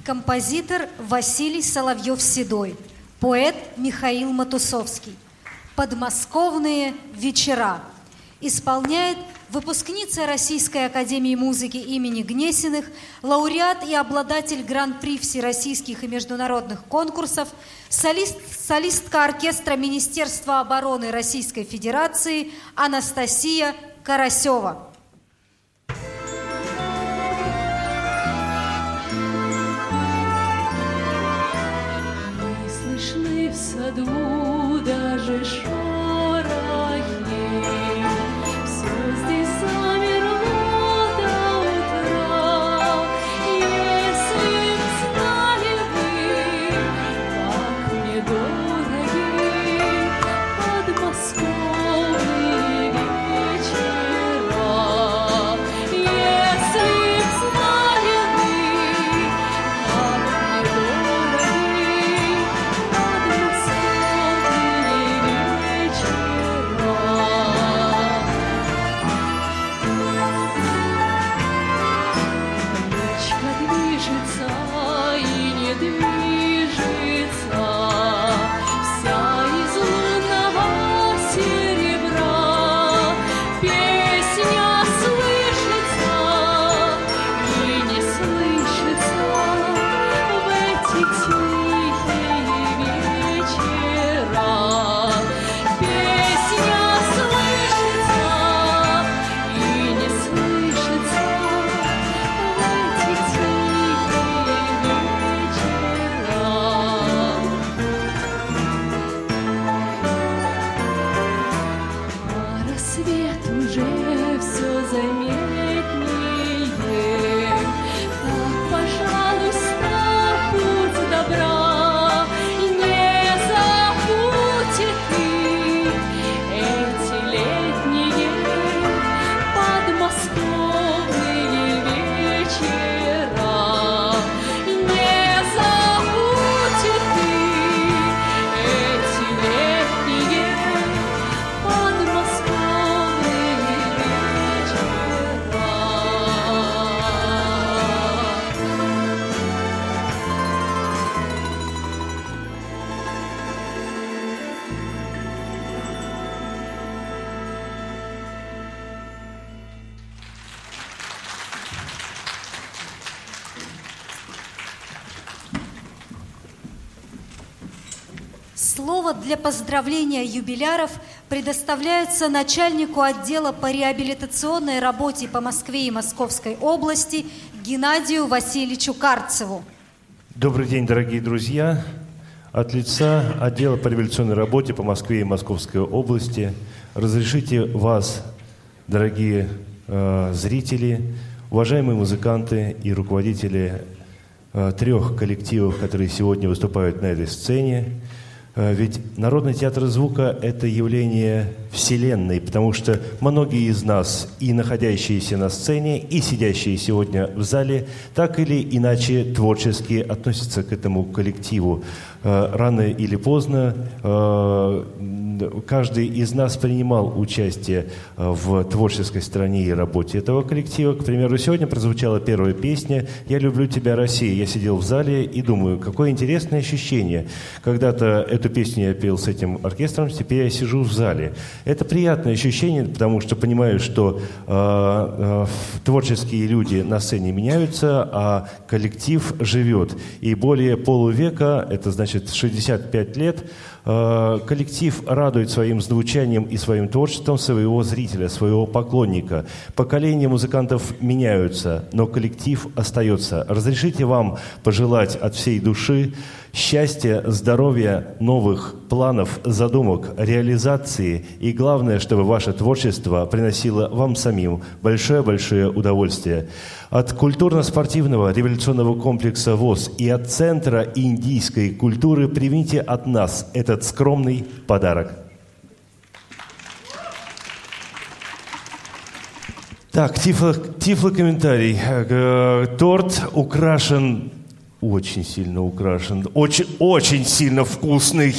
композитор Василий Соловьев-Седой, поэт Михаил Матусовский. «Подмосковные вечера» исполняет выпускница Российской академии музыки имени Гнесиных, лауреат и обладатель гран-при всероссийских и международных конкурсов, солист, солистка оркестра Министерства обороны Российской Федерации Анастасия Карасева. Не слышны в саду даже шорохи, все здесь замерло до утра. Если б знали вы, как мне дороги подмосковные вечера, если б знали вы, как мне дороги Слово для поздравления юбиляров предоставляется начальнику отдела по реабилитационной работе по Москве и Московской области Геннадию Васильевичу Карцеву. Добрый день, дорогие друзья. От лица отдела по реабилитационной работе по Москве и Московской области разрешите вас, дорогие э, зрители, уважаемые музыканты и руководители э, трех коллективов, которые сегодня выступают на этой сцене. Э, ведь Народный театр звука – это явление вселенной, потому что многие из нас, и находящиеся на сцене, и сидящие сегодня в зале, так или иначе творчески относятся к этому коллективу. Э, рано или поздно э, каждый из нас принимал участие в творческой стороне и работе этого коллектива. К примеру, сегодня прозвучала первая песня «Я люблю тебя, Россия». Я сидел в зале и думаю, какое интересное ощущение. Когда-то эту песню я пел с этим оркестром, теперь я сижу в зале. Это приятное ощущение, потому что понимаю, что э, э, творческие люди на сцене меняются, а коллектив живет. И более полувека, это значит шестьдесят пять лет, э, коллектив радует своим звучанием и своим творчеством своего зрителя, своего поклонника. Поколения музыкантов меняются, но коллектив остается. Разрешите вам пожелать от всей души счастья, здоровья, новых планов, задумок, реализации и, главное, чтобы ваше творчество приносило вам самим большое-большое удовольствие. От культурно-спортивного революционного комплекса ВОС и от Центра индийской культуры примите от нас этот скромный подарок. Так, тифло, тифлокомментарий. Торт украшен... Очень сильно украшен, очень, очень сильно вкусный.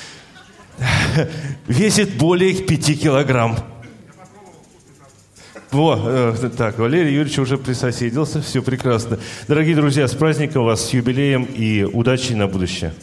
Весит более пяти килограмм. Во, э, так, Валерий Юрьевич уже присоседился, все прекрасно. Дорогие друзья, с праздником вас, с юбилеем и удачи на будущее.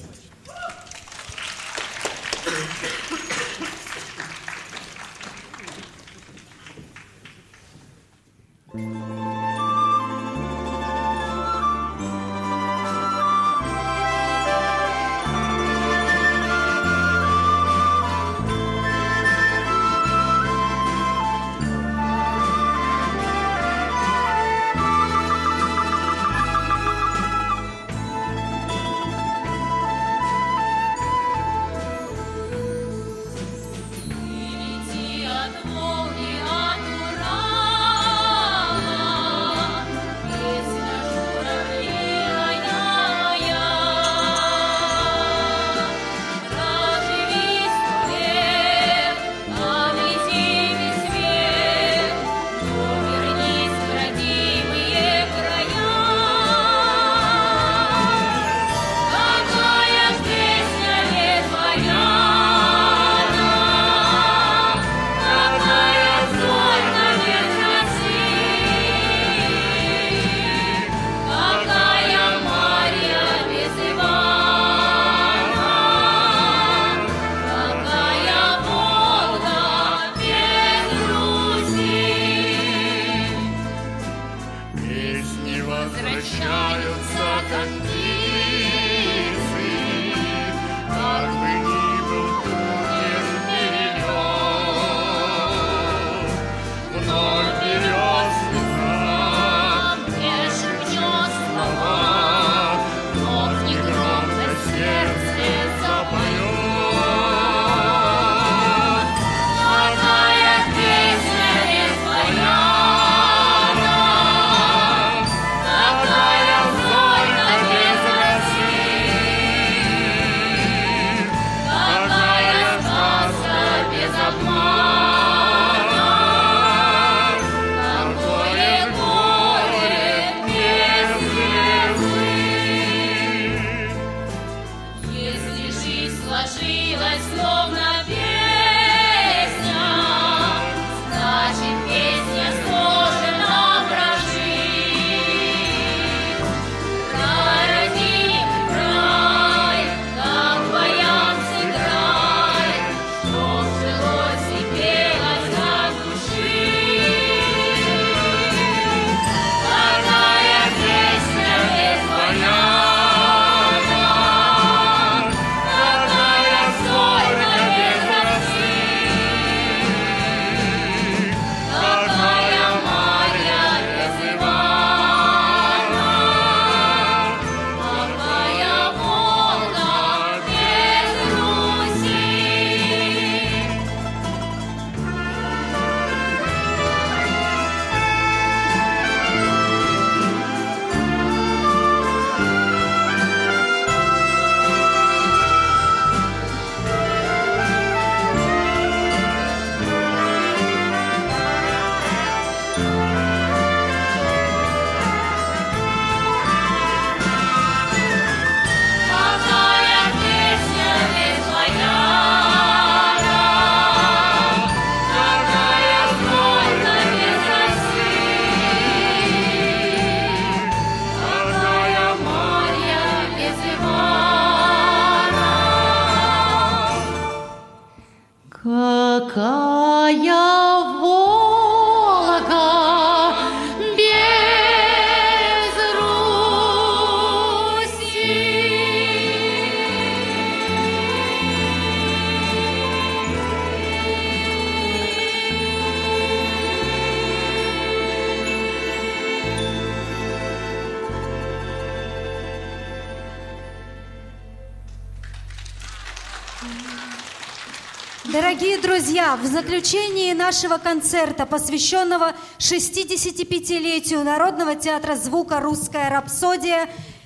Дорогие друзья, в заключении нашего концерта, посвященного шестидесятипятилетию Народного театра звука «Русская рапсодия»,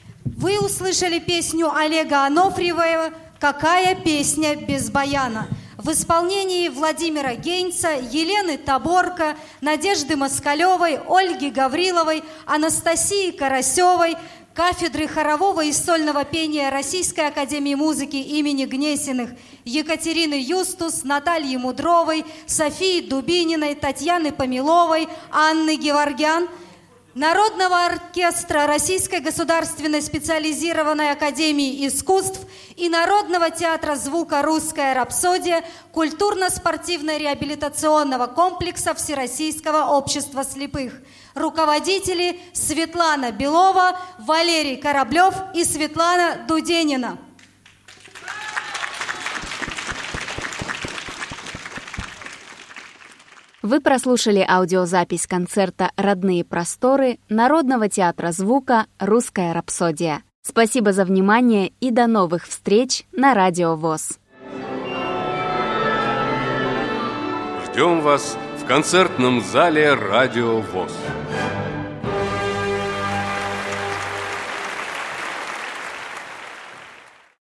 вы услышали песню Олега Анофриева «Какая песня без баяна» в исполнении Владимира Гейнца, Елены Таборко, Надежды Москалевой, Ольги Гавриловой, Анастасии Карасевой, кафедры хорового и сольного пения Российской академии музыки имени Гнесиных Екатерины Юстус, Натальи Мудровой, Софии Дубининой, Татьяны Помиловой, Анны Геворгян, Народного оркестра Российской государственной специализированной академии искусств и Народного театра звука «Русская рапсодия» культурно-спортивно-реабилитационного комплекса Всероссийского общества слепых. Руководители Светлана Белова, Валерий Кораблев и Светлана Дуденина. Вы прослушали аудиозапись концерта «Родные просторы» Народного театра звука «Русская рапсодия». Спасибо за внимание и до новых встреч на Радио ВОС. Ждем вас в концертном зале Радио ВОС.